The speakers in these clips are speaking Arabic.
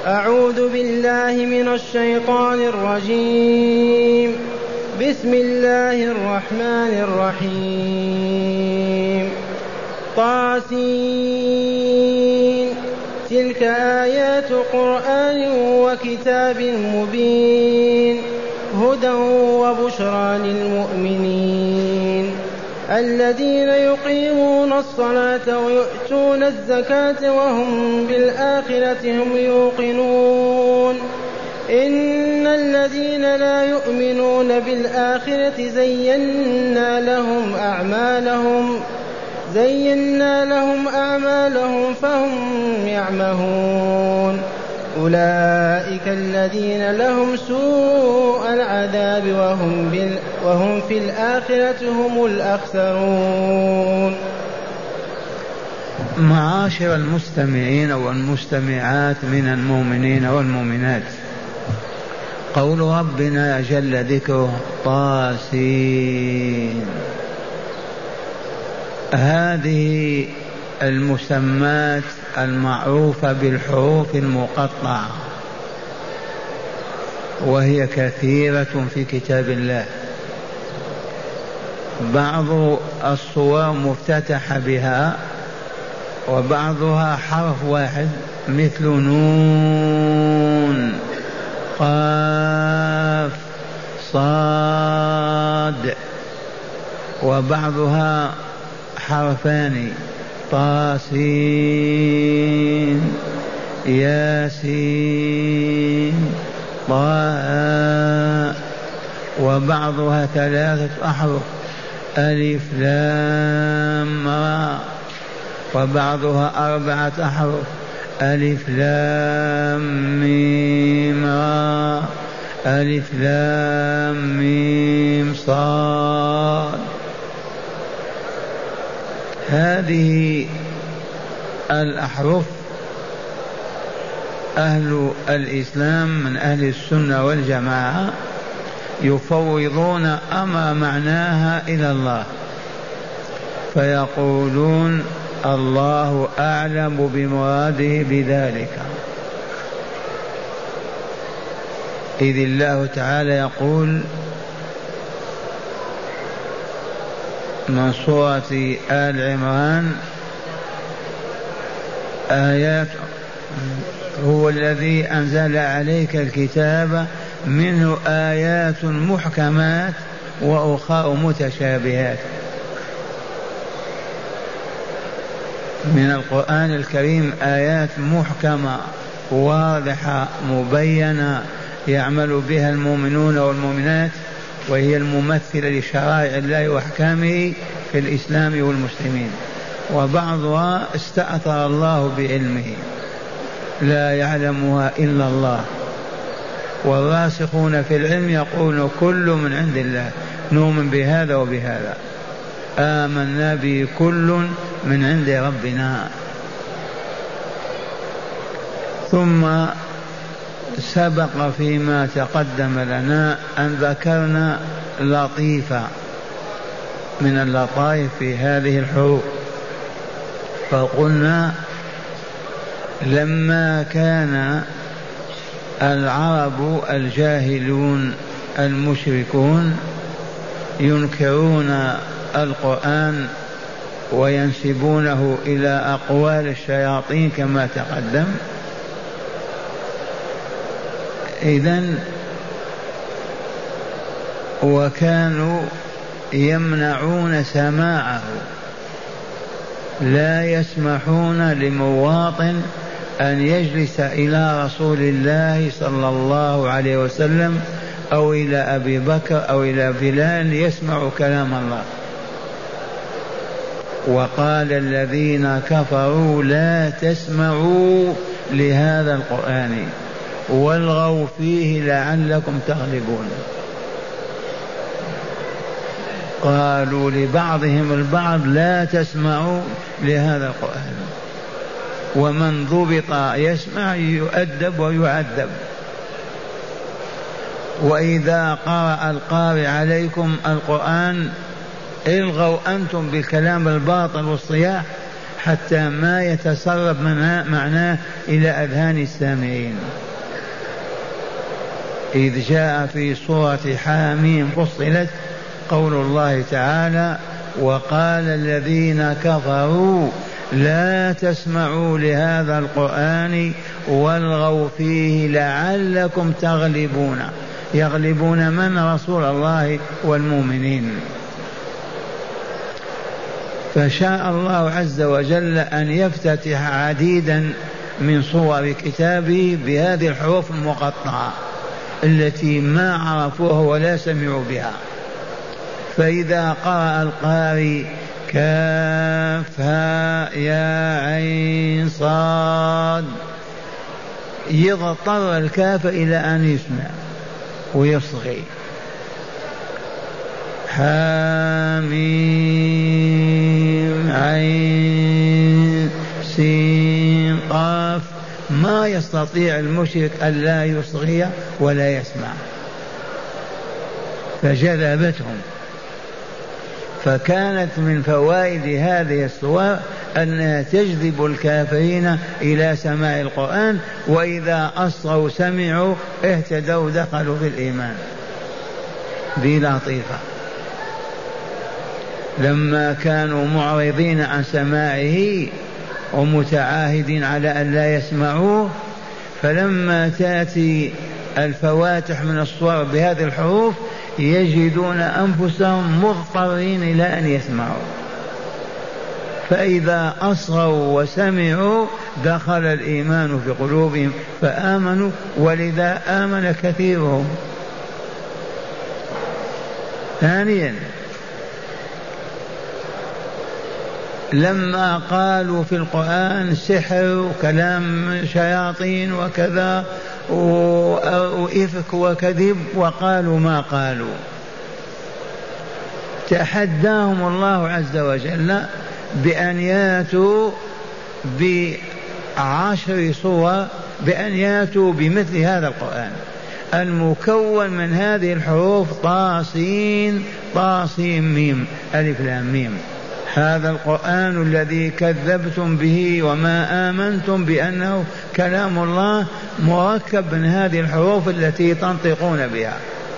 أعوذ بالله من الشيطان الرجيم. بسم الله الرحمن الرحيم. طاسين. تلك آيات قرآن وكتاب مبين هدى وبشرى للمؤمنين الذين يقيمون الصلاة ويؤتون الزكاة وهم بالآخرة هم يوقنون. إن الذين لا يؤمنون بالآخرة زينا لهم أعمالهم فهم يعمهون. أولئك الذين لهم سوء العذاب وهم في الآخرة هم الأخسرون. معاشر المستمعين والمستمعات من المؤمنين والمؤمنات، قول ربنا جل ذكره طاسين، هذه المسمات المعروفة بالحروف المقطعة، وهي كثيرة في كتاب الله. بعض الصور مفتتحة بها وبعضها حرف واحد مثل نون قاف صاد، وبعضها حرفان طاسين ياسين طاء، وبعضها 3 أحرف ألف لام را، وبعضها 4 أحرف ألف لام ميم را ألف لام ميم صاد. هذه الأحرف أهل الإسلام من أهل السنة والجماعة يفوضون أمر معناها إلى الله، فيقولون الله أعلم بمراده بذلك، إذ الله تعالى يقول من سورة آل عمران آيات هو الذي أنزل عليك الكتاب منه آيات محكمات وأخرى متشابهات. من القرآن الكريم آيات محكمة واضحة مبينة يعمل بها المؤمنون والمؤمنات، وهي الممثلة لشرائع الله وأحكامه في الإسلام والمسلمين، وبعضها استأثر الله بعلمه لا يعلمها إلا الله، والراسخون في العلم يقولون كل من عند الله، نؤمن بهذا وبهذا، آمنا به كل من عند ربنا. ثم سبق فيما تقدم لنا أن ذكرنا لطيفة من اللطائف في هذه الحروف، فقلنا لما كان العرب الجاهلون المشركون ينكرون القرآن وينسبونه إلى أقوال الشياطين كما تقدم، إذن وكانوا يمنعون سماعه، لا يسمحون لمواطن أن يجلس إلى رسول الله صلى الله عليه وسلم أو إلى أبي بكر أو إلى بلال يسمع كلام الله. وقال الذين كفروا لا تسمعوا لهذا القرآن والغوا فيه لعلكم تغلبون. قالوا لبعضهم البعض لا تسمعوا لهذا القرآن، ومن ضبط يسمع يؤدب ويعذب. وإذا قرأ القارئ عليكم القرآن الغوا أنتم بالكلام الباطل والصياح حتى ما يتسرب معناه إلى أذهان السامعين. إذ جاء في سورة حاميم فصلت قول الله تعالى: وقال الذين كفروا لا تسمعوا لهذا القرآن والغوا فيه لعلكم تغلبون. يغلبون من؟ رسول الله والمؤمنين. فشاء الله عز وجل أن يفتتح عديدا من صور كتابه بهذه الحروف المقطعة التي ما عرفوها ولا سمعوا بها. فإذا قرأ القارئ كافها يا عين صاد يضطر الكاف إلى أن يسمع ويصغي. حاميم عين سين قاف ما يستطيع المشرك أن لا يصغي ولا يسمع، فجذبتهم. فكانت من فوائد هذه الصور أنها تجذب الكافرين إلى سماع القرآن، وإذا أصغوا سمعوا اهتدوا دخلوا في الإيمان. بلطيفة لما كانوا معرضين عن سماعه ومتعاهدين على أن لا يسمعوه، فلما تأتي الفواتح من الصور بهذه الحروف يجدون أنفسهم مضطرين إلى أن يسمعوا، فإذا أصغوا وسمعوا دخل الإيمان في قلوبهم فآمنوا، ولذا آمن كثيرهم. ثانيا لما قالوا في القرآن سحر وكلام شياطين وكذا وإفك وكذب وقالوا ما قالوا، تحداهم الله عز وجل بأن ياتوا ب10 صور، بأن ياتوا بمثل هذا القرآن المكون من هذه الحروف طاسين طاسين ميم ألف لام ميم. هذا القرآن الذي كذبتم به وما آمنتم بأنه كلام الله مركب من هذه الحروف التي تنطقون بها،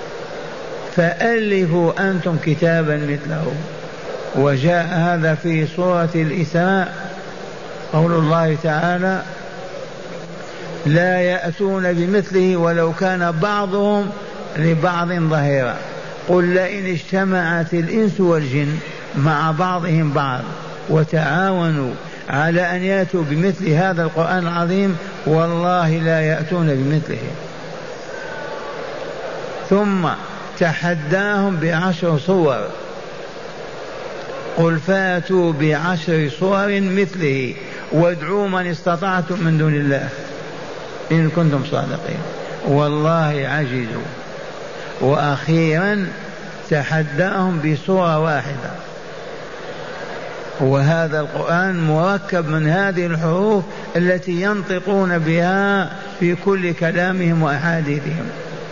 فألفوا أنتم كتابا مثله. وجاء هذا في سورة الإسراء قول الله تعالى: لا يأتون بمثله ولو كان بعضهم لبعض ظهيرا قل لئن اجتمعت الإنس والجن مع بعضهم بعض وتعاونوا على أن يأتوا بمثل هذا القرآن العظيم والله لا يأتون بمثله. ثم تحداهم ب10 صور، قل فاتوا ب10 صور مثله وادعوا من استطعتم من دون الله إن كنتم صادقين. والله عجزوا، وأخيرا تحداهم بصورة واحدة، وهذا القرآن مركب من هذه الحروف التي ينطقون بها في كل كلامهم وأحاديثهم.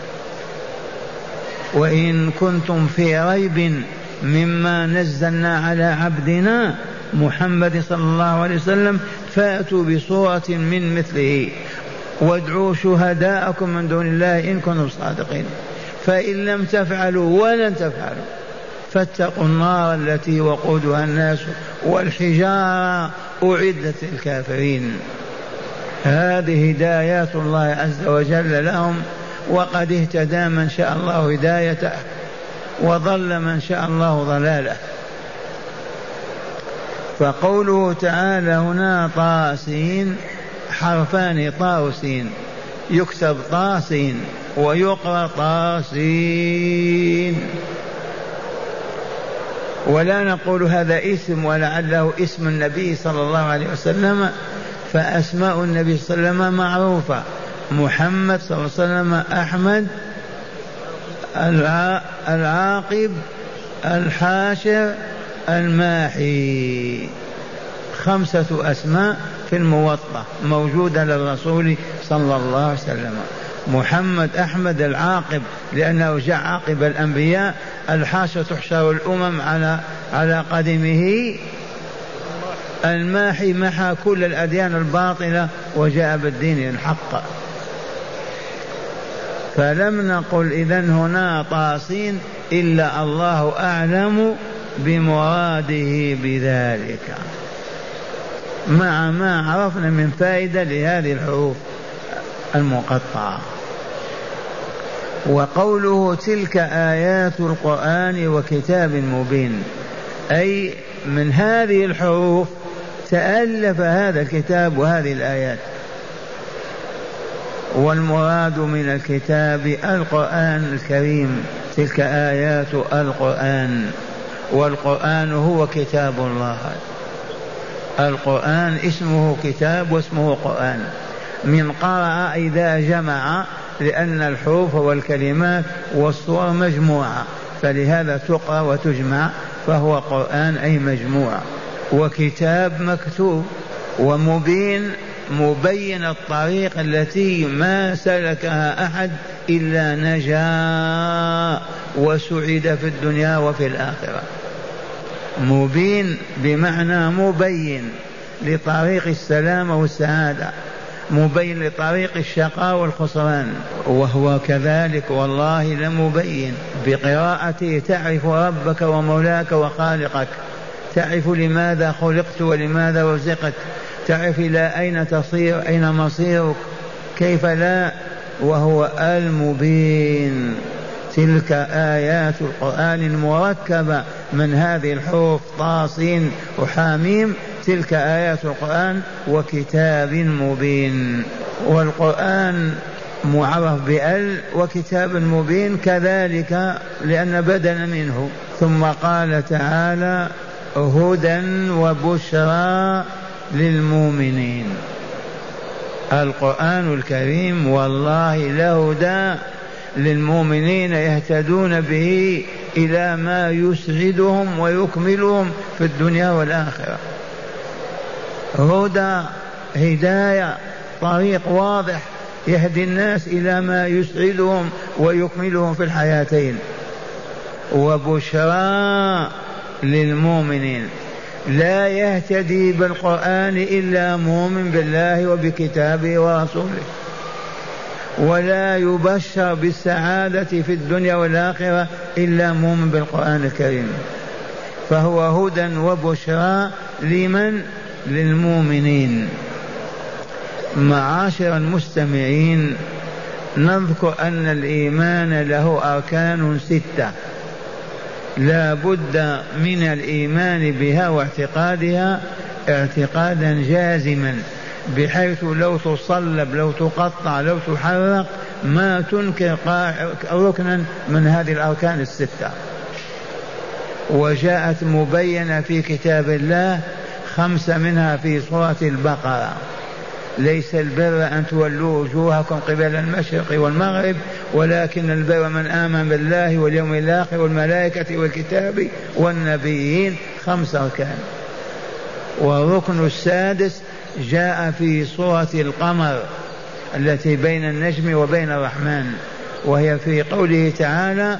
وإن كنتم في ريب مما نزلنا على عبدنا محمد صلى الله عليه وسلم فأتوا بصورة من مثله وادعوا شهداءكم من دون الله إن كنتم صادقين، فإن لم تفعلوا ولن تفعلوا فاتقوا النار التي وقودها الناس والحجارة أعدت للكافرين. هذه هدايات الله عز وجل لهم، وقد اهتدى من شاء الله هدايته وضل من شاء الله ضلاله. فقوله تعالى هنا طاسين حرفان طاوسين، يكتب طاسين ويقرأ طاسين، ولا نقول هذا اسم ولعله اسم النبي صلى الله عليه وسلم، فأسماء النبي صلى الله عليه وسلم معروفة: محمد صلى الله عليه وسلم، أحمد، العاقب، الحاشر، الماحي، 5 أسماء في الموطأ موجودة للرسول صلى الله عليه وسلم: محمد، أحمد، العاقب لأنه جاء عاقب الأنبياء، الحاشر تحشر الأمم على قدمه، الماحي محى كل الأديان الباطلة وجاء بالدين الحق. فلم نقل إذن هنا طاسين إلا الله أعلم بمراده بذلك، مع ما عرفنا من فائدة لهذه الحروف المقطعة. وقوله تلك آيات القرآن وكتاب مبين، أي من هذه الحروف تألف هذا الكتاب وهذه الآيات. والمراد من الكتاب القرآن الكريم، تلك آيات القرآن، والقرآن هو كتاب الله. القرآن اسمه كتاب واسمه قرآن. من قرأ إذا جمع، لأن الحروف والكلمات والصور مجموعة، فلهذا تقرأ وتجمع، فهو قرآن أي مجموعة. وكتاب مكتوب، ومبين مبين الطريق التي ما سلكها أحد إلا نجا وسعد في الدنيا وفي الآخرة. مبين بمعنى مبين لطريق السلامة والسعادة، مبين لطريق الشقاء والخسران. وهو كذلك والله لمبين. بقراءته تعرف ربك ومولاك وخالقك، تعرف لماذا خلقت ولماذا رزقت، تعرف إلى أين تصير، أين مصيرك، كيف لا. وهو المبين. تلك آيات القرآن المركبة من هذه الحروف طاسين وحاميم، تلك آيات القرآن وكتاب مبين. والقرآن معرف بأل، وكتاب مبين كذلك لأن بدل منه. ثم قال تعالى هدى وبشرى للمؤمنين. القرآن الكريم والله لهدى للمؤمنين يهتدون به إلى ما يسعدهم ويكملهم في الدنيا والآخرة. هدى، هداية، طريق واضح يهدي الناس إلى ما يسعدهم ويكملهم في الحياتين. وبشرى للمؤمنين، لا يهتدي بالقرآن إلا مؤمن بالله وبكتابه ورسوله، ولا يبشر بالسعادة في الدنيا والآخرة إلا مؤمن بالقرآن الكريم. فهو هدى وبشرى لمن؟ للمؤمنين. معاشر المستمعين، نذكر أن الإيمان له أركان 6 لا بد من الإيمان بها واعتقادها اعتقادا جازما، بحيث لو تصلب لو تقطع لو تحرق ما تنكر ركنا من هذه الأركان 6. وجاءت مبينة في كتاب الله 5 منها في سورة البقرة. ليس البر أن تولوا وجوهكم قبل المشرق والمغرب، ولكن البر من آمن بالله واليوم الآخر والملائكة والكتاب والنبيين. 5 أركان. والركن السادس جاء في سورة القمر التي بين النجم وبين الرحمن، وهي في قوله تعالى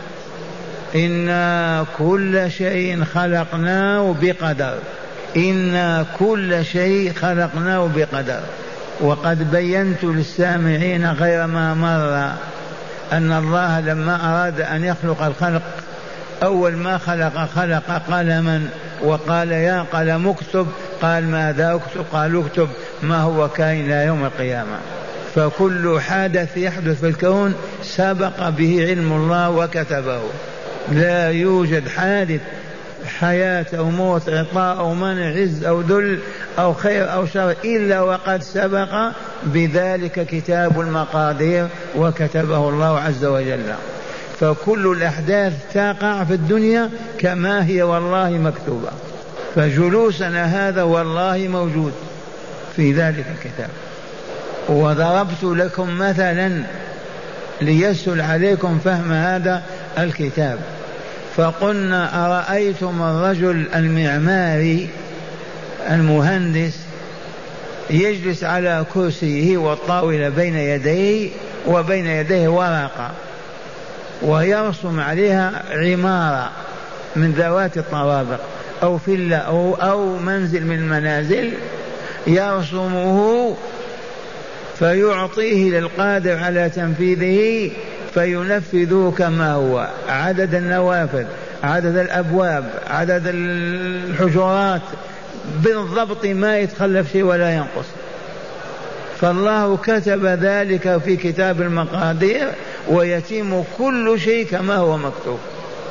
إنا كل شيء خلقناه بقدر. إنا كل شيء خلقناه بقدر. وقد بينت للسامعين غير ما مر أن الله لما أراد أن يخلق الخلق أول ما خلق قلما وقال يا قلم اكتب، قال ماذا اكتب؟ قال اكتب ما هو كائن إلى يوم القيامة. فكل حدث يحدث في الكون سبق به علم الله وكتبه. لا يوجد حادث حياة أو موت، إعطاء أو منع، عز أو ذل أو خير أو شر إلا وقد سبق بذلك كتاب المقادير وكتبه الله عز وجل. فكل الأحداث تقع في الدنيا كما هي والله مكتوبة. فجلوسنا هذا والله موجود في ذلك الكتاب. وضربت لكم مثلا ليسهل عليكم فهم هذا الكتاب، فقلنا أرأيتم الرجل المعماري المهندس يجلس على كرسيه والطاولة بين يديه وبين يديه ورقة ويرسم عليها عمارة من ذوات الطوابق أو فيلا أو منزل من المنازل يرسمه فيعطيه للقادر على تنفيذه فينفذه كما هو، عدد النوافذ، عدد الأبواب، عدد الحجرات، بالضبط ما يتخلف شيء ولا ينقص. فالله كتب ذلك في كتاب المقادير ويتم كل شيء كما هو مكتوب.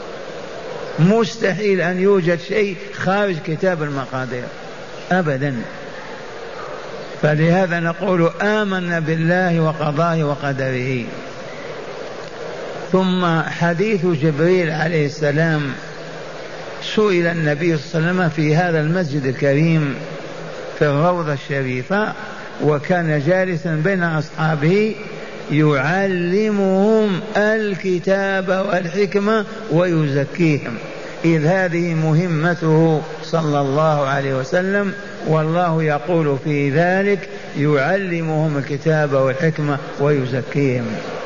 مستحيل أن يوجد شيء خارج كتاب المقادير أبدا. فلهذا نقول آمنا بالله وقضاه وقدره. ثم حديث جبريل عليه السلام، سئل النبي صلى الله عليه وسلم في هذا المسجد الكريم في الروضة الشريفة وكان جالسا بين أصحابه يعلمهم الكتاب والحكمة ويزكيهم، إذ هذه مهمته صلى الله عليه وسلم، والله يقول في ذلك يعلمهم الكتاب والحكمة ويزكيهم.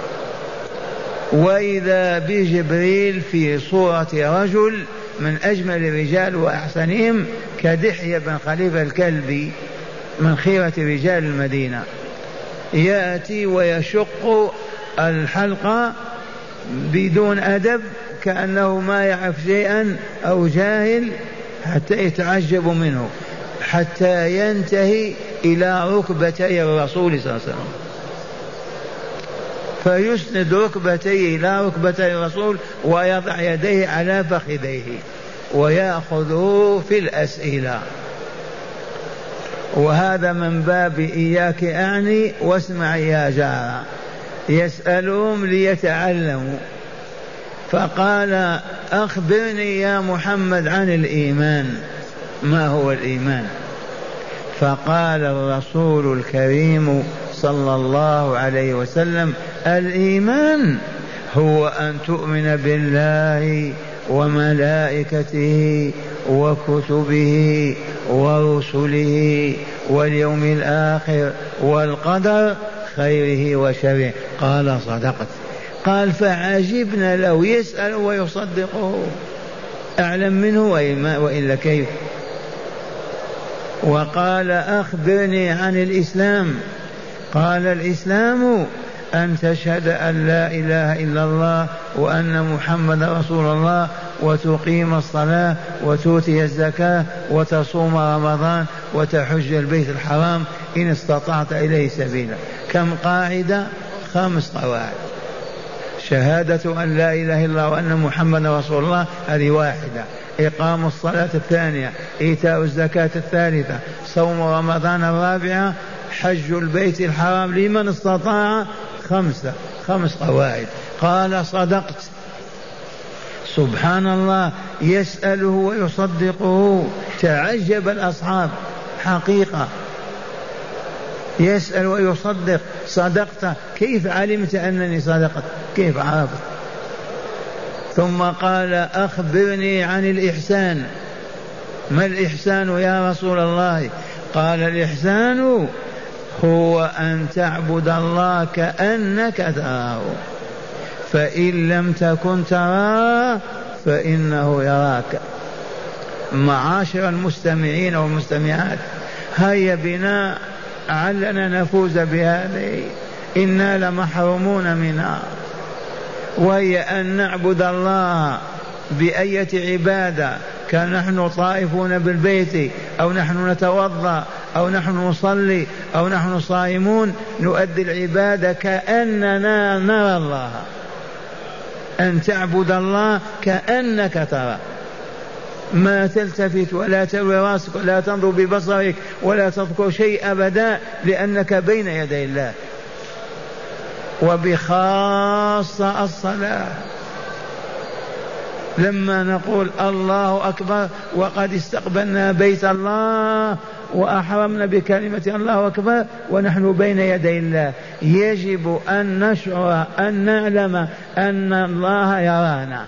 وإذا بجبريل في صورة رجل من أجمل الرجال وأحسنهم كدحية بن خليفة الكلبي من خيرة رجال المدينة، يأتي ويشق الحلقة بدون أدب كأنه ما يعرف شيئا أو جاهل حتى يتعجب منه، حتى ينتهي إلى ركبتي الرسول صلى الله عليه وسلم، فيسند ركبتيه إلى ركبتي الرسول ويضع يديه على فخذيه ويأخذه في الأسئلة. وهذا من باب إياك أعني واسمع يا جارة، يسألهم ليتعلموا. فقال أخبرني يا محمد عن الإيمان، ما هو الإيمان؟ فقال الرسول الكريم صلى الله عليه وسلم الإيمان هو أن تؤمن بالله وملائكته وكتبه ورسله واليوم الآخر والقدر خيره وشره. قال صدقت. قال فعجبنا لو يسأل ويصدقه، أعلم منه وإلا كيف. وقال أخبرني عن الإسلام. قال الإسلام أن تشهد أن لا إله إلا الله وأن محمد رسول الله وتقيم الصلاة وتؤتي الزكاة وتصوم رمضان وتحج البيت الحرام إن استطعت إليه سبيلا. كم قاعدة؟ 5 قواعد. شهادة أن لا إله إلا الله وأن محمد رسول الله هذه واحدة، إقام الصلاة الثانية، إيتاء الزكاة الثالثة، صوم رمضان الرابعة، حج البيت الحرام لمن استطاع. 5 قواعد. قال صدقت. سبحان الله، يسأله ويصدقه. تعجب الأصحاب، حقيقة يسأل ويصدق. صدقت، كيف علمت أنني صدقت؟ كيف عرفت؟ ثم قال أخبرني عن الإحسان. ما الإحسان يا رسول الله؟ قال الإحسان هو أن تعبد الله كأنك تراه فإن لم تكن تراه فإنه يراك. معاشر المستمعين والمستمعات، هيا بنا علنا نفوز بهذه، إنا لمحرومون منها، وهي أن نعبد الله بأية عبادة، كان نحن طائفون بالبيت أو نحن نتوضأ أو نحن نصلي أو نحن صائمون، نؤدي العبادة كأننا نرى الله. أن تعبد الله كأنك ترى، ما تلتفت ولا تلوي راسك ولا تنظر ببصرك ولا تذكر شيء أبدا، لأنك بين يدي الله. وبخاصة الصلاة، لما نقول الله أكبر وقد استقبلنا بيت الله وأحرمنا بكلمة الله أكبر ونحن بين يدي الله، يجب أن نشعر أن نعلم أن الله يرانا،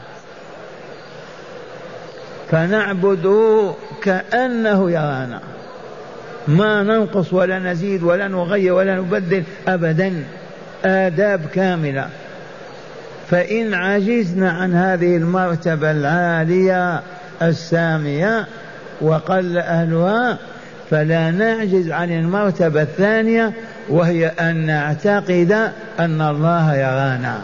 فنعبده كأنه يرانا، ما ننقص ولا نزيد ولا نغير ولا نبدل أبدا، آداب كاملة. فإن عجزنا عن هذه المرتبة العالية السامية وقل أهلها، فلا نعجز عن المرتبة الثانية، وهي أن نعتقد أن الله يرانا،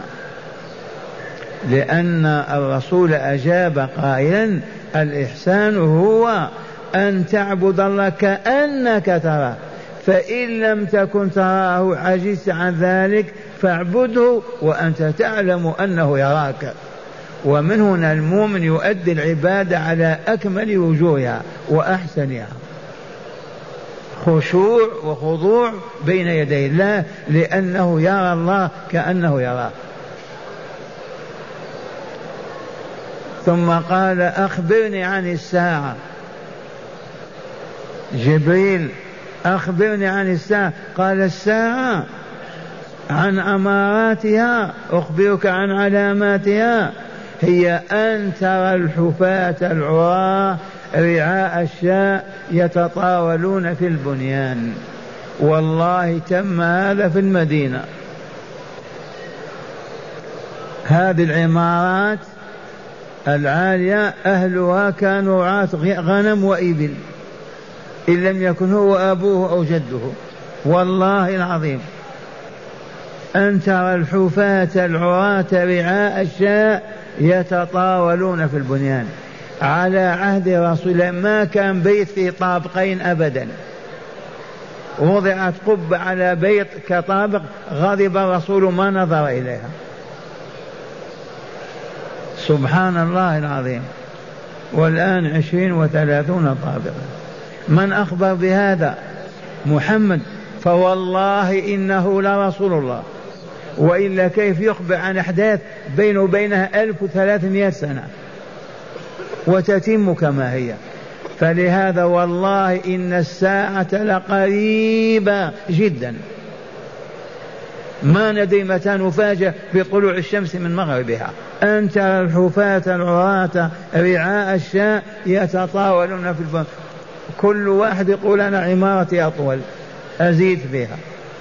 لأن الرسول أجاب قائلا: الإحسان هو أن تعبد الله كأنك تراه، فإن لم تكن تراه عجزت عن ذلك فاعبده وأنت تعلم أنه يراك. ومن هنا المؤمن يؤدي العبادة على أكمل وجوهها وأحسنها، خشوع وخضوع بين يدي الله، لأنه يرى الله كأنه يراه. ثم قال: أخبرني عن الساعة. جبريل: أخبرني عن الساعة. قال: الساعة عن أماراتها، أخبرك عن علاماتها، هي أن ترى الحفاة العراة رعاء الشاء يتطاولون في البنيان. والله تم هذا في المدينة. هذه العمارات العالية أهلها كانوا رعاة غنم وإبل، إن لم يكن هو أبوه أو جده. والله العظيم أن ترى الحفاة العراة رعاء الشاء يتطاولون في البنيان. على عهد رسول الله ما كان بيت فيه طابقين أبدا، وضعت قبة على بيت كطابق، غضب الرسول ما نظر إليها. سبحان الله العظيم. والآن 20 و30 طابقا. من أخبر بهذا؟ محمد. فوالله إنه لرسول الله، وإلا كيف يخبر عن أحداث بينه وبينها 1300 سنة وتتم كما هي؟ فلهذا والله إن الساعة لقريبة جدا، ما ندري متى نفاجأ بطلوع الشمس من مغربها. أن ترى الحفاة العراة رعاء الشاء يتطاولون في البنيان، كل واحد يقول أنا عمارتي أطول أزيد فيها.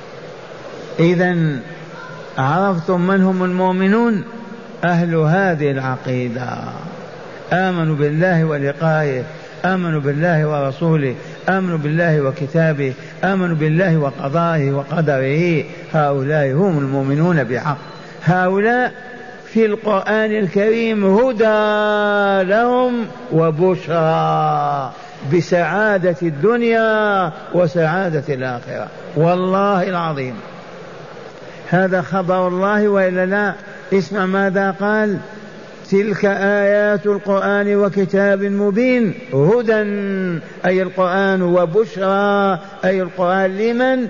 إذن عرفتم من هم المؤمنون؟ أهل هذه العقيدة، آمنوا بالله ولقائه، آمنوا بالله ورسوله، آمنوا بالله وكتابه، آمنوا بالله وقضائه وقدره. هؤلاء هم المؤمنون بحق. هؤلاء في القرآن الكريم هدى لهم وبشرى بسعادة الدنيا وسعادة الآخرة. والله العظيم هذا خبر الله وإلا لا؟ اسمع ماذا قال: تلك آيات القرآن وكتاب مبين. هدى أي القرآن، وبشرى أي القرآن. لمن؟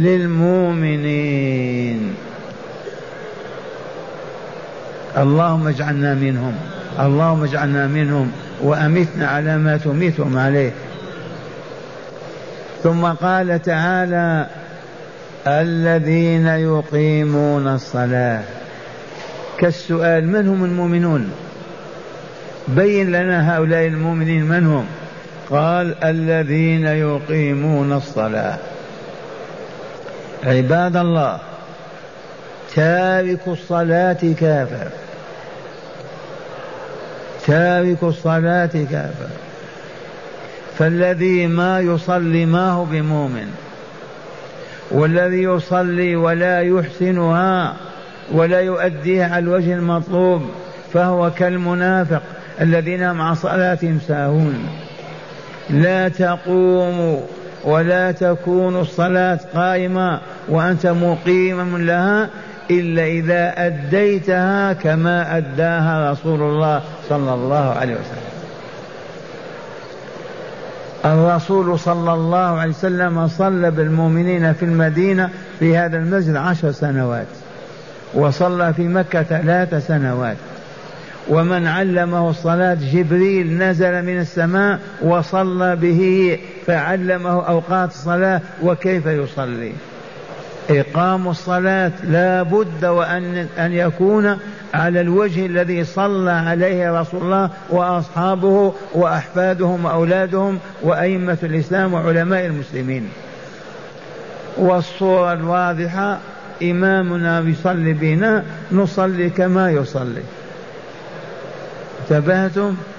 للمؤمنين. اللهم اجعلنا منهم، اللهم اجعلنا منهم، وأمتنا على ما تميتهم عليه. ثم قال تعالى: الذين يقيمون الصلاة. كالسؤال: من هم المؤمنون؟ بين لنا هؤلاء المؤمنين من هم. قال: الذين يقيمون الصلاة. عباد الله، تارك الصلاة كافر، تارك الصلاة كافر. فالذي ما يصلي ما هو بمؤمن، والذي يصلي ولا يحسنها ولا يؤديها على الوجه المطلوب فهو كالمنافق الذين مع صلاتهم ساهون. لا تقوم ولا تكون الصلاة قائمة وأنت مقيم لها إلا إذا أديتها كما أداها رسول الله صلى الله عليه وسلم. الرسول صلى الله عليه وسلم صلى بالمؤمنين في المدينة في هذا المسجد 10 سنوات، وصلى في مكة 3 سنوات. ومن علمه الصلاة جبريل نزل من السماء وصلى به، فعلمه أوقات الصلاة وكيف يصلي. إقام الصلاة لا بد وأن يكون على الوجه الذي صلى عليه رسول الله وأصحابه وأحفادهم وأولادهم وأئمة الإسلام وعلماء المسلمين. والصورة الواضحة: إمامنا يصلي بنا نصلي كما يصلي. انتبهتم؟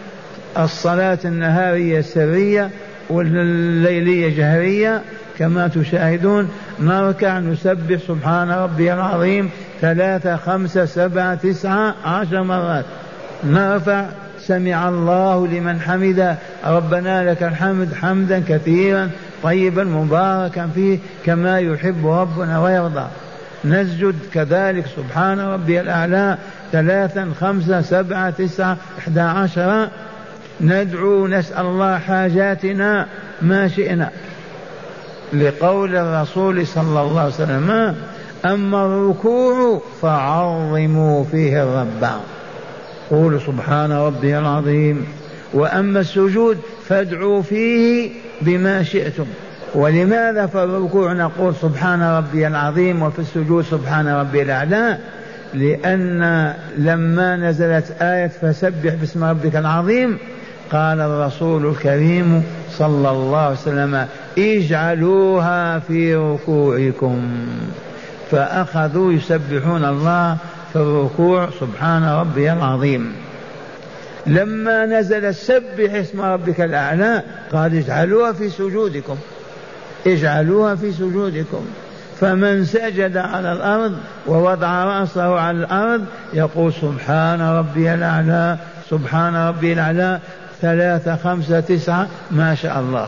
الصلاة النهارية سرية والليلية جهرية كما تشاهدون، نركع نسبح سبحان ربي العظيم 3 5 7 9 10 مرات، نرفع سمع الله لمن حمده ربنا لك الحمد حمدا كثيرا طيبا مباركا فيه كما يحب ربنا ويرضى، نسجد كذلك سبحان ربي الأعلى 3 5 7 9 11، ندعو نسأل الله حاجاتنا ما شئنا، لقول الرسول صلى الله عليه وسلم أما الركوع فعظموا فيه الرب، قولوا سبحان ربي العظيم، وأما السجود فادعوا فيه بما شئتم. ولماذا في الركوع نقول سبحان ربي العظيم وفي السجود سبحان ربي الأعلى؟ لأن لما نزلت آية فسبح باسم ربك العظيم قال الرسول الكريم صلى الله عليه وسلم اجعلوها في ركوعكم، فأخذوا يسبحون الله في الركوع سبحان ربي العظيم. لما نزل سبح اسم ربك الأعلى قال اجعلوها في سجودكم، اجعلوها في سجودكم. فمن سجد على الأرض ووضع رأسه على الأرض يقول سبحان ربي الأعلى سبحان ربي الأعلى 3 5 9 ما شاء الله.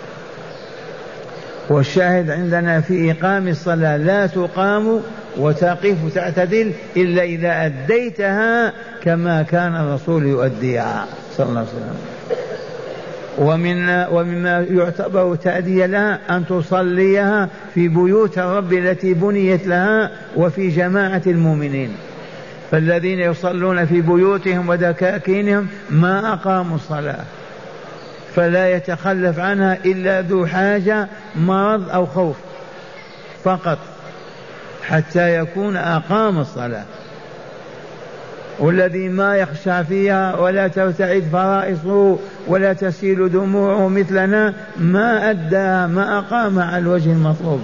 والشاهد عندنا في إقام الصلاة لا تقام وتقف تعتدل إلا إذا أديتها كما كان الرسول يؤديها صلى الله عليه وسلم. ومما يعتبر تأدية لها أن تصليها في بيوت الرب التي بنيت لها وفي جماعة المؤمنين، فالذين يصلون في بيوتهم ودكاكينهم ما أقاموا الصلاة، فلا يتخلف عنها إلا ذو حاجة مرض أو خوف فقط حتى يكون أقام الصلاة. والذي ما يخشى فيها ولا ترتعد فرائصه ولا تسيل دموعه مثلنا ما أدى ما أقام على الوجه المطلوب.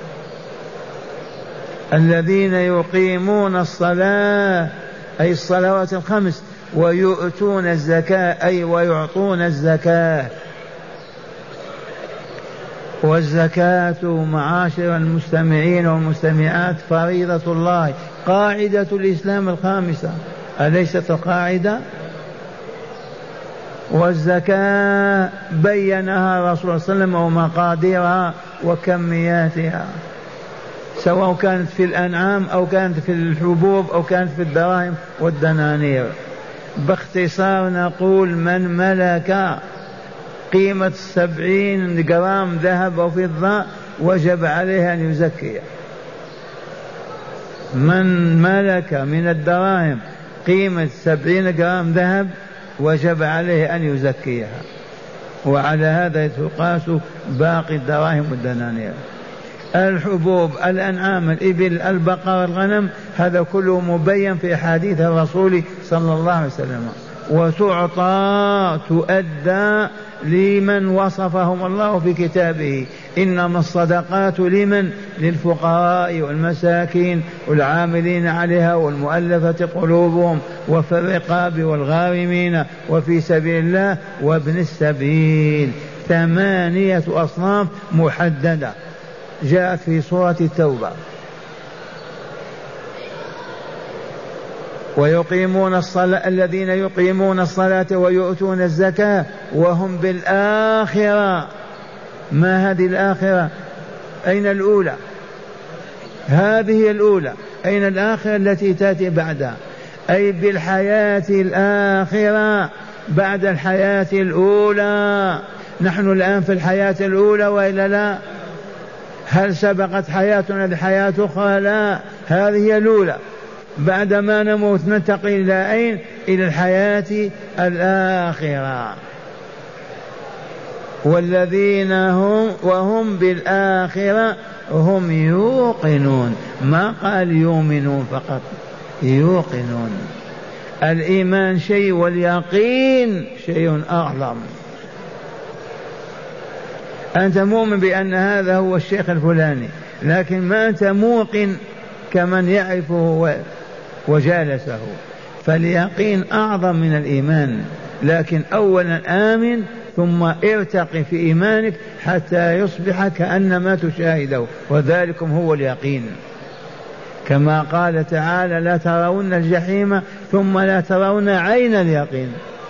الذين يقيمون الصلاة أي الصلوات الخمس ويؤتون الزكاة أي ويعطون الزكاة. والزكاة معاشر المستمعين والمستمعات فريضة الله، قاعدة الإسلام الخامسة، أليست القاعدة؟ والزكاة بينها رسول الله صلى الله عليه وسلم ومقاديرها وكمياتها، سواء كانت في الأنعام أو كانت في الحبوب أو كانت في الدراهم والدنانير. باختصار نقول من ملك قيمة 70 جرام ذهب أو فضة وجب عليه أن يزكي. من ملك من الدراهم قيمة 70 جرام ذهب وجب عليه أن يزكيها، وعلى هذا تقاس باقي الدراهم والدنانير. الحبوب الأنعام الإبل البقر الغنم هذا كله مبين في حديث الرسول صلى الله عليه وسلم، وتعطى تؤدى لمن وصفهم الله في كتابه، إنما الصدقات لمن؟ للفقراء والمساكين والعاملين عليها والمؤلفة قلوبهم وفي الرقاب والغارمين وفي سبيل الله وابن السبيل. 8 أصناف محددة جاءت في سورة التوبة. ويقيمون الصلاة الذين يقيمون الصلاة ويؤتون الزكاة وهم بالآخرة. ما هذه الآخرة؟ أين الأولى؟ هذه الأولى. أين الآخرة التي تأتي بعدها؟ أي بالحياة الآخرة بعد الحياة الأولى. نحن الآن في الحياة الأولى وإلا لا؟ هل سبقت حياتنا لحياة أخرى؟ لا، هذه هي الأولى. بعدما نموت ننتقل إلى أين؟ إلى الحياة الآخرة. والذين هم وهم بالآخرة هم يوقنون، ما قال يؤمنون فقط، يوقنون. الإيمان شيء واليقين شيء أعظم. أنت مؤمن بأن هذا هو الشيخ الفلاني، لكن ما أنت موقن كمن يعرفه وجالسه، فاليقين أعظم من الإيمان. لكن أولا آمن ثم ارتق في إيمانك حتى يصبح كأنما تشاهده، وذلكم هو اليقين. كما قال تعالى: لا ترون الجحيم ثم لا ترون عين اليقين.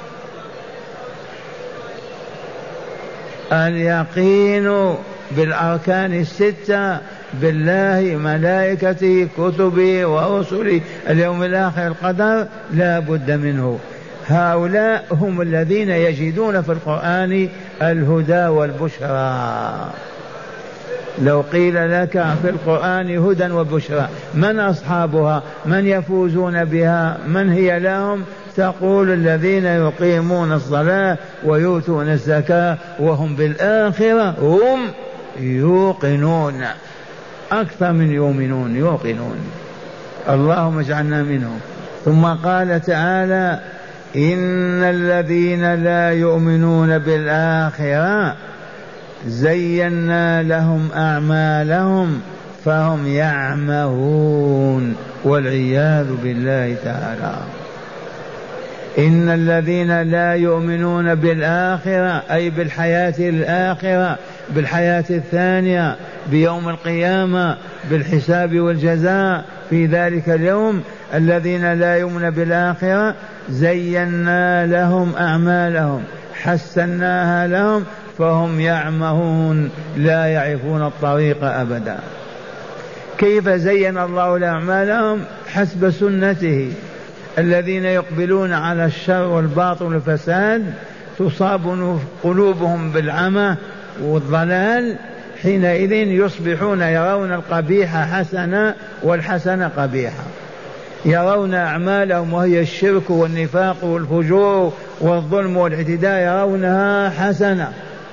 اليقين بالأركان الستة، بالله، ملائكته، كتبه ورسله، اليوم الآخر، القدر، لا بد منه. هؤلاء هم الذين يجدون في القرآن الهدى والبشرى. لو قيل لك في القرآن هدى وبشرى من أصحابها؟ من يفوزون بها؟ من هي لهم؟ تقول: الذين يقيمون الصلاة ويؤتون الزكاة وهم بالآخرة هم يوقنون. أكثر من يؤمنون، يوقنون. اللهم اجعلنا منهم. ثم قال تعالى: إن الذين لا يؤمنون بالآخرة زينا لهم أعمالهم فهم يعمهون، والعياذ بالله تعالى. إن الذين لا يؤمنون بالآخرة أي بالحياة الآخرة، بالحياة الثانية، بيوم القيامة، بالحساب والجزاء في ذلك اليوم. الذين لا يؤمنون بالآخرة زينا لهم أعمالهم، حسناها لهم فهم يعمهون، لا يعرفون الطريق أبدا. كيف زين الله لأعمالهم؟ حسب سنته. الذين يقبلون على الشر والباطل والفساد تصاب قلوبهم بالعمى والضلال، حينئذ يصبحون يرون القبيح حسنا والحسن قبيحا، يرون أعمالهم وهي الشرك والنفاق والفجور والظلم والاعتداء يرونها حسنة،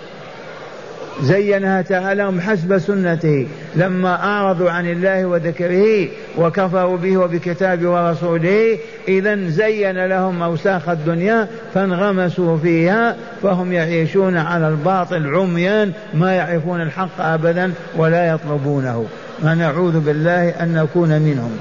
زينها تعالى حسب سنته. لما أعرضوا عن الله وذكره وكفروا به وبكتابه ورسوله، إذن زين لهم أوساخ الدنيا فانغمسوا فيها، فهم يعيشون على الباطل عميان، ما يعرفون الحق أبدا ولا يطلبونه، ونعوذ بالله أن نكون منهم.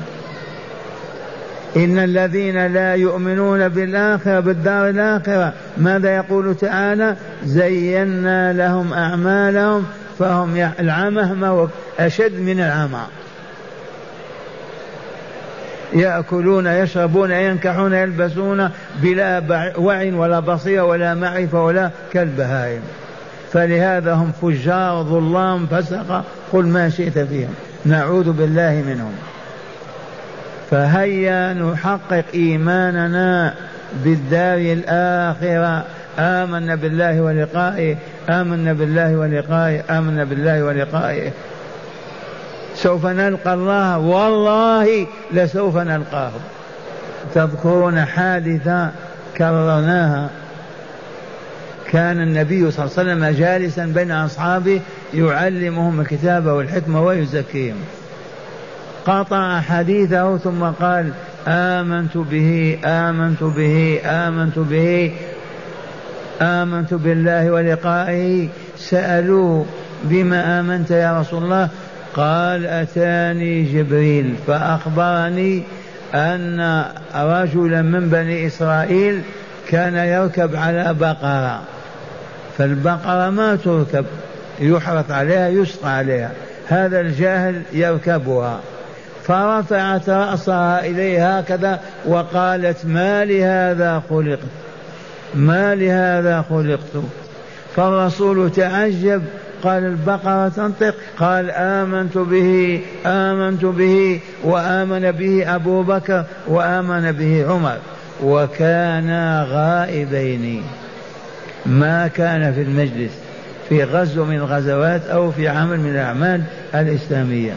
إن الذين لا يؤمنون بالآخرة، بالدار الآخرة، ماذا يقول تعالى؟ زينا لهم أعمالهم فهم العمى أشد من العمى، يأكلون يشربون ينكحون يلبسون بلا وعي ولا بصيرة ولا معرفة ولا كالبهائم، فلهذا هم فجار ظلام فسق، قل ما شئت فيهم، نعوذ بالله منهم. فهيا نحقق إيماننا بالدار الآخرة. آمنا بالله ولقائه، آمنا بالله ولقائه، آمنا بالله ولقائه. سوف نلقى الله، والله لسوف نلقاه. تذكرون حادثة كررناها، كان النبي صلى الله عليه وسلم جالسا بين أصحابه يعلمهم الكتاب والحكمة ويزكيهم، قطع حديثه ثم قال: آمنت به آمنت به آمنت به آمنت بالله ولقائه. سألوه: بما آمنت يا رسول الله؟ قال: أتاني جبريل فأخبرني أن رجلا من بني إسرائيل كان يركب على بقرة، فالبقرة ما تركب، يحرث عليها يسقى عليها، هذا الجاهل يركبها، فرفعت رأسها إليه هكذا وقالت: ما لهذا خلقت، ما لهذا خلقت. فالرسول تعجب، قال: البقرة تنطق؟ قال: آمنت به آمنت به، وآمن به أبو بكر وآمن به عمر، وكانا غائبين، ما كان في المجلس في غزو من الغزوات أو في عمل من الأعمال الإسلامية.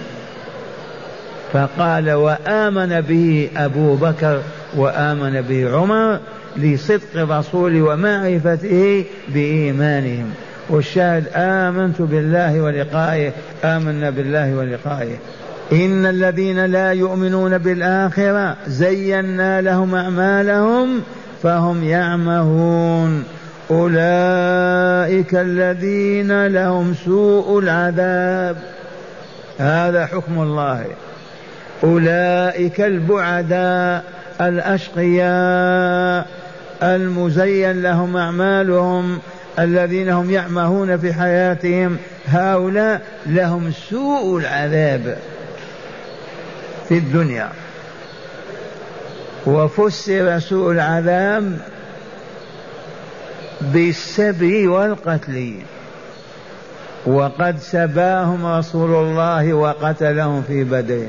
فقال: وآمن به أبو بكر وآمن به عمر لصدق الرسول ومعرفته بإيمانهم. والشاهد: آمنت بالله ولقائه، آمنا بالله ولقائه. إن الذين لا يؤمنون بالآخرة زينا لهم أعمالهم فهم يعمهون، أولئك الذين لهم سوء العذاب. هذا حكم الله. أولئك البعداء الأشقياء المزين لهم أعمالهم الذين هم يعمهون في حياتهم هؤلاء لهم سوء العذاب في الدنيا. وفسر سوء العذاب بالسبي والقتل، وقد سباهم رسول الله وقتلهم في بدر.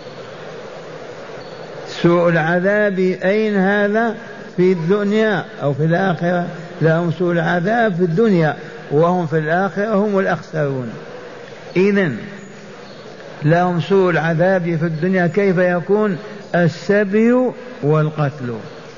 سوء العذاب أين هذا؟ في الدنيا أو في الآخرة؟ لهم سوء العذاب في الدنيا وهم في الآخرة هم الأخسرون. إذن لهم سوء العذاب في الدنيا كيف يكون؟ السبي والقتل.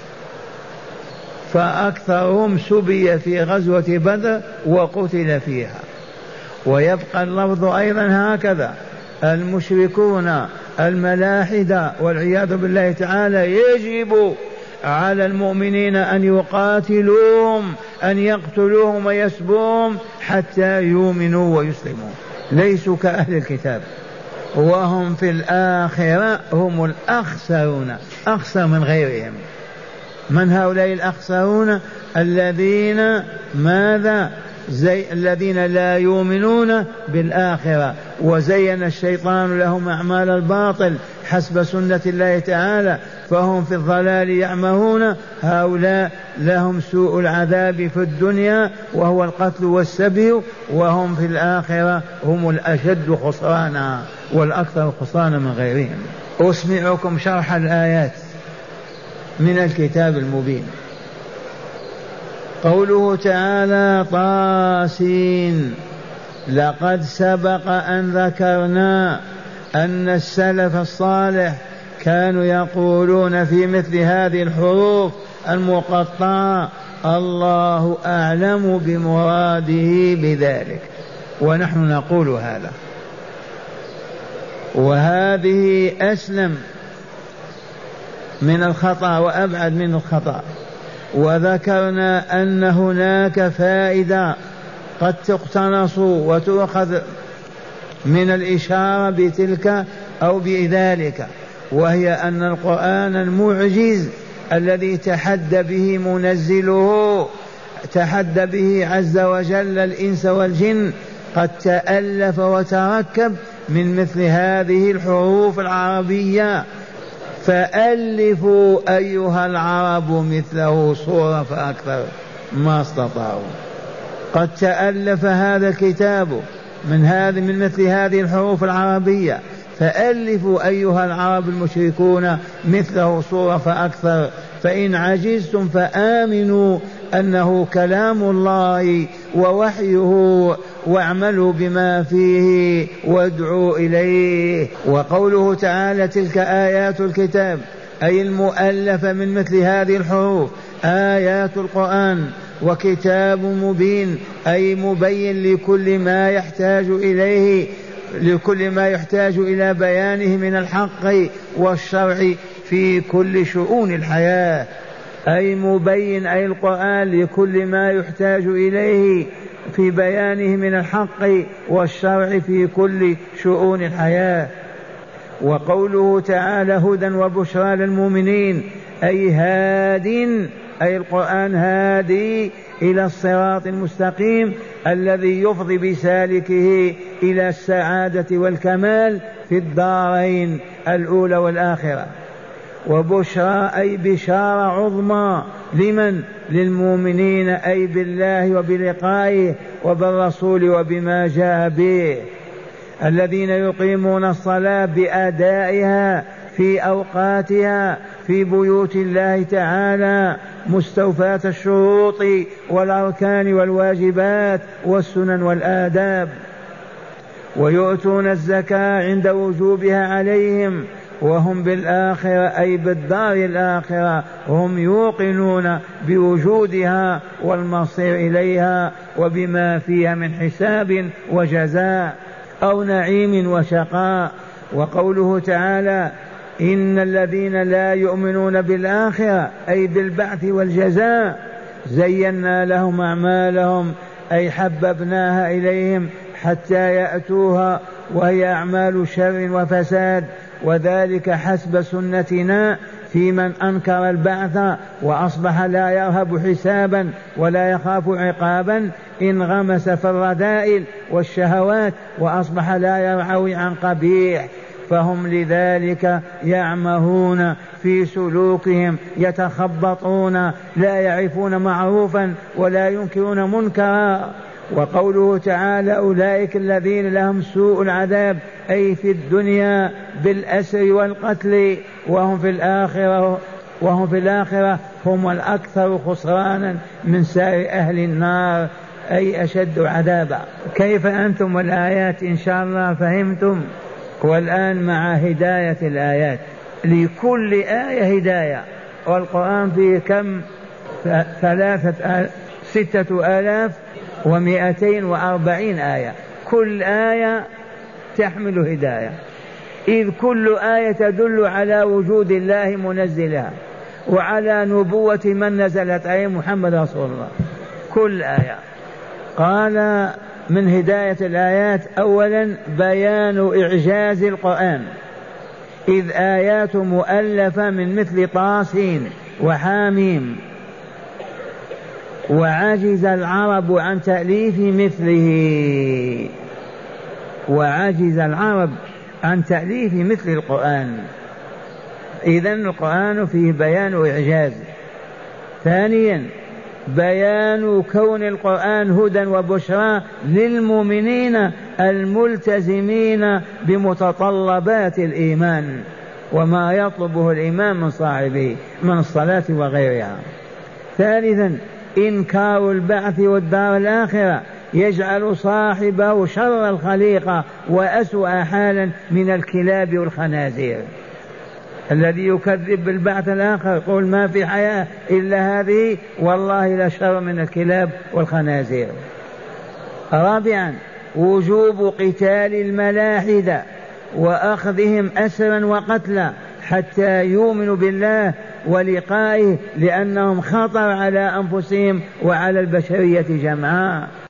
فأكثرهم سبي في غزوة بدر وقتل فيها. ويبقى اللفظ أيضا هكذا: المشركون الملاحدة والعياذ بالله تعالى يجب على المؤمنين أن يقاتلوهم، أن يقتلوهم ويسبوهم حتى يؤمنوا ويسلموا، ليسوا كأهل الكتاب، وهم في الآخرة هم الأخسرون، أخسر من غيرهم. من هؤلاء الأخسرون؟ الذين ماذا؟ الذين لا يؤمنون بالآخرة وزين الشيطان لهم أعمال الباطل حسب سنة الله تعالى فهم في الضلال يعمهون. هؤلاء لهم سوء العذاب في الدنيا وهو القتل والسبي، وهم في الآخرة هم الأشد خسرانا والأكثر خسرانا من غيرهم. أسمعكم شرح الآيات من الكتاب المبين. قوله تعالى: طاسين. لقد سبق أن ذكرنا أن السلف الصالح كانوا يقولون في مثل هذه الحروف المقطعة: الله أعلم بمراده بذلك، ونحن نقول هذا، وهذه أسلم من الخطأ وأبعد من الخطأ. وذكرنا أن هناك فائدة قد تقتنص وتؤخذ من الإشارة بتلك أو بذلك، وهي أن القرآن المعجز الذي تحدى به منزله، تحدى به عز وجل الإنس والجن، قد تألف وتركب من مثل هذه الحروف العربية. فألفوا أيها العرب مثله صورة فأكثر، ما استطاعوا. قد تألف هذا الكتاب من مثل هذه الحروف العربية، فألفوا أيها العرب المشركون مثله صورة فأكثر. فإن عجزتم فآمنوا أنه كلام الله ووحيه، واعملوا بما فيه وادعوا إليه. وقوله تعالى: تلك آيات الكتاب، أي المؤلفة من مثل هذه الحروف، آيات القرآن، وكتاب مبين أي مبين لكل ما يحتاج إليه، لكل ما يحتاج إلى بيانه من الحق والشرع في كل شؤون الحياة. أي مبين أي القرآن لكل ما يحتاج إليه في بيانه من الحق والشرع في كل شؤون الحياة. وقوله تعالى: هدى وبشرى للمؤمنين، أي هاد، أي القرآن هادي إلى الصراط المستقيم الذي يفضي بسالكه إلى السعادة والكمال في الدارين الأولى والآخرة. وبشرى أي بشارة عظمى لمن؟ للمؤمنين، أي بالله وبلقائه وبالرسول وبما جاء به، الذين يقيمون الصلاة بأدائها في أوقاتها في بيوت الله تعالى مستوفاة الشروط والأركان والواجبات والسنن والآداب، ويؤتون الزكاة عند وجوبها عليهم، وهم بالآخرة أي بالدار الآخرة هم يوقنون بوجودها والمصير إليها وبما فيها من حساب وجزاء أو نعيم وشقاء. وقوله تعالى: إن الذين لا يؤمنون بالآخرة أي بالبعث والجزاء زينا لهم أعمالهم أي حببناها إليهم حتى يأتوها، وهي أعمال شر وفساد وذلك حسب سنتنا في من أنكر البعث وأصبح لا يرهب حسابا ولا يخاف عقابا، انغمس في الرذائل والشهوات وأصبح لا يرعوي عن قبيح، فهم لذلك يعمهون في سلوكهم، يتخبطون، لا يعرفون معروفا ولا ينكرون منكرا. وقوله تعالى أولئك الذين لهم سوء العذاب أي في الدنيا بالأسر والقتل وهم في الآخرة هم الأكثر خسرانا من سائر أهل النار، أي أشد عذابا. كيف أنتم والآيات؟ إن شاء الله فهمتم. والآن مع هداية الآيات، لكل آية هداية، والقرآن فيه كم؟ 6240 آية، كل آية تحمل هداية، إذ كل آية تدل على وجود الله منزلها وعلى نبوة من نزلت عليه محمد رسول الله، كل آية. قال من هداية الآيات أولا بيان إعجاز القرآن، إذ آيات مؤلفة من مثل طاسين وحاميم، وعجز العرب عن تأليف مثله، وعجز العرب عن تأليف مثل القرآن. إذن القرآن فيه بيان إعجاز. ثانيا بيان كون القرآن هدى وبشرى للمؤمنين الملتزمين بمتطلبات الإيمان وما يطلبه الإيمان من صاحبه من الصلاة وغيرها. ثالثا إنكار البعث والدار الآخرة يجعل صاحبه شر الخليقة وأسوأ حالا من الكلاب والخنازير. الذي يكذب بالبعث الآخر يقول ما في حياة إلا هذه، والله لشر من الكلاب والخنازير. رابعا وجوب قتال الملاحدة وأخذهم أسرا وقتلا حتى يؤمنوا بالله ولقائه، لأنهم خطر على أنفسهم وعلى البشرية جمعاء.